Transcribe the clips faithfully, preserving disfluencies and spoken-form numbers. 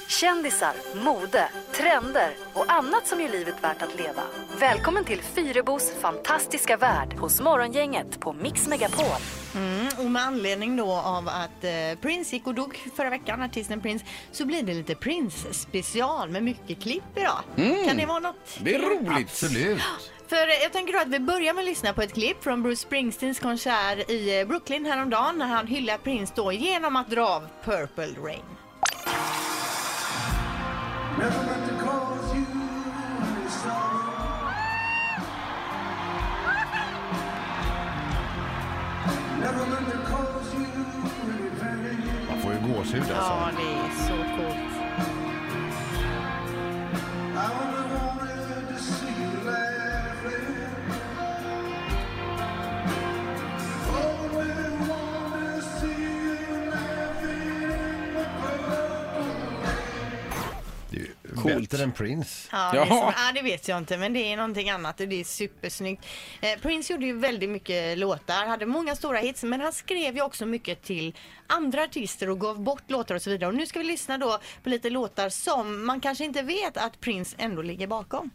Kändisar, mode, trender och annat som gör livet värt att leva. Välkommen till Fyrebos fantastiska värld hos Morgongänget på Mix Megapol. Mm, och med anledning då av att eh, Prince gick och dog förra veckan, artisten Prince, så blir det lite Prince special med mycket klipp idag. Mm. Kan det vara något? Det är roligt. Absolut. För jag tänker då att vi börjar med att lyssna på ett klipp från Bruce Springsteens konsert i Brooklyn häromdagen när han hyllar Prince då genom att dra av Purple Rain. Man får ju gåshud alltså. Ja, det är så coolt. Coolt. Bättre än Prince. Ja, det, är som, ja, det vet jag inte, men det är någonting annat och det är supersnyggt. Eh, Prince gjorde ju väldigt mycket låtar, hade många stora hits, men han skrev ju också mycket till andra artister och gav bort låtar och så vidare. Och nu ska vi lyssna då på lite låtar som man kanske inte vet att Prince ändå ligger bakom.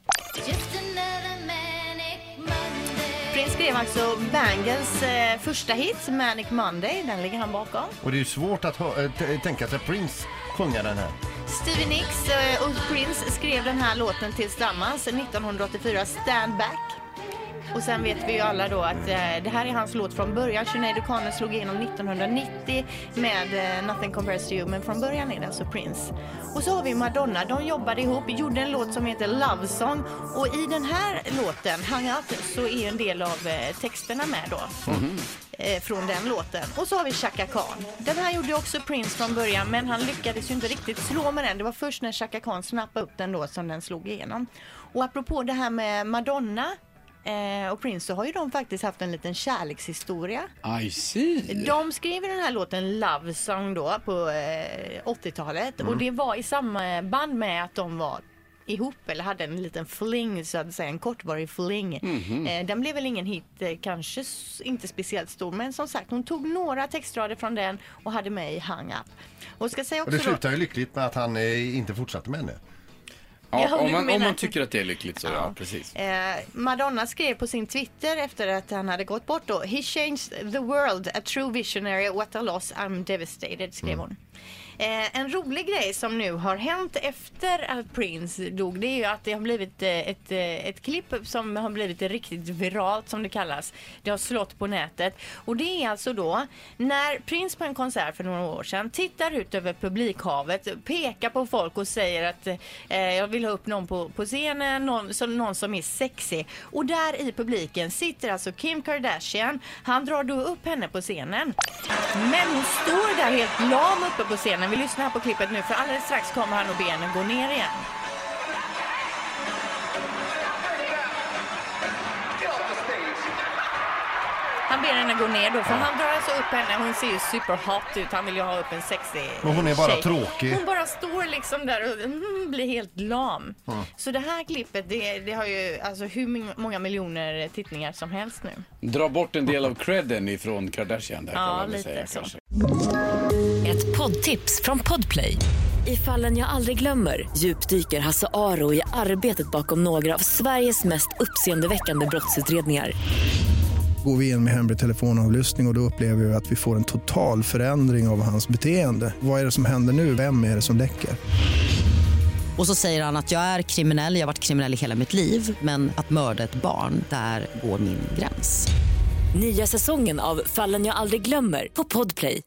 Prince skrev alltså Bangles eh, första hit, Manic Monday, den ligger han bakom. Och det är ju svårt att hö- t- tänka sig Prince sjunga den här. Stevie Nicks eh, och Prince skrev den här låten tillsammans nittonhundraåttiofyra, Stand Back. Och sen vet vi ju alla då att eh, det här är hans låt från början. Sinéad O'Connor slog igenom nittonhundranittio med eh, Nothing Compares to You, men från början är det alltså Prince. Och så har vi Madonna, de jobbade ihop, gjorde en låt som heter Love Song. Och i den här låten, Hang Up, så är en del av eh, texterna med då. Mm-hmm. eh, från den låten. Och så har vi Chaka Khan. Den här gjorde också Prince från början, men han lyckades ju inte riktigt slå med den. Det var först när Chaka Khan snappade upp den då som den slog igenom. Och apropå det här med Madonna Eh, och Prince, så har ju de faktiskt haft en liten kärlekshistoria. I see. De skrev den här låten Love Song då på eh, åttiotalet. Mm. Och det var i samma band med att de var ihop eller hade en liten fling, så att säga, en kortvarig fling. Mm-hmm. Eh, den blev väl ingen hit, eh, kanske inte speciellt stor, men som sagt, hon tog några textrader från den och hade med i Hang Up. Och, ska säga också och det slutar då, ju lyckligt med att han eh, inte fortsatte med henne. Ja, om, man, om man tycker att det är lyckligt så ja, ja precis. Eh, Madonna skrev på sin Twitter efter att han hade gått bort då: He changed the world, a true visionary, what a loss, I'm devastated, skrev hon. Eh, en rolig grej som nu har hänt efter att Prince dog, det är ju att det har blivit eh, ett, eh, ett klipp som har blivit riktigt viralt, som det kallas. Det har slått på nätet. Och det är alltså då när Prince på en konsert för några år sedan tittar ut över publikhavet, pekar på folk och säger att eh, jag vill ha upp någon på, på scenen, någon, så, någon som är sexig. Och där i publiken sitter alltså Kim Kardashian. Han drar då upp henne på scenen. Men hon står där helt lam uppe på scenen. Vi lyssnar här på klippet nu, för alldeles strax kommer han och be henne gå ner igen. Han ber henne gå ner då, för han drar alltså upp henne. Hon ser ju superhot ut. Han vill ju ha upp en sexig Men hon är bara tjej. tråkig. Hon bara står liksom där och mm, blir helt lam. Mm. Så det här klippet, det, det har ju alltså hur många miljoner tittningar som helst nu. Dra bort en del av credden ifrån Kardashian där, ja, kan man väl lite säga, så. kanske. Ett poddtips från Podplay. I Fallen jag aldrig glömmer djupdyker Hasse Aro i arbetet bakom några av Sveriges mest uppseendeväckande brottsutredningar. Går vi in med hemlig telefonavlyssning och då upplever vi att vi får en total förändring av hans beteende. Vad är det som händer nu? Vem är det som läcker? Och så säger han att jag är kriminell, jag har varit kriminell i hela mitt liv. Men att mörda ett barn, där går min gräns. Nya säsongen av Fallen jag aldrig glömmer på Podplay.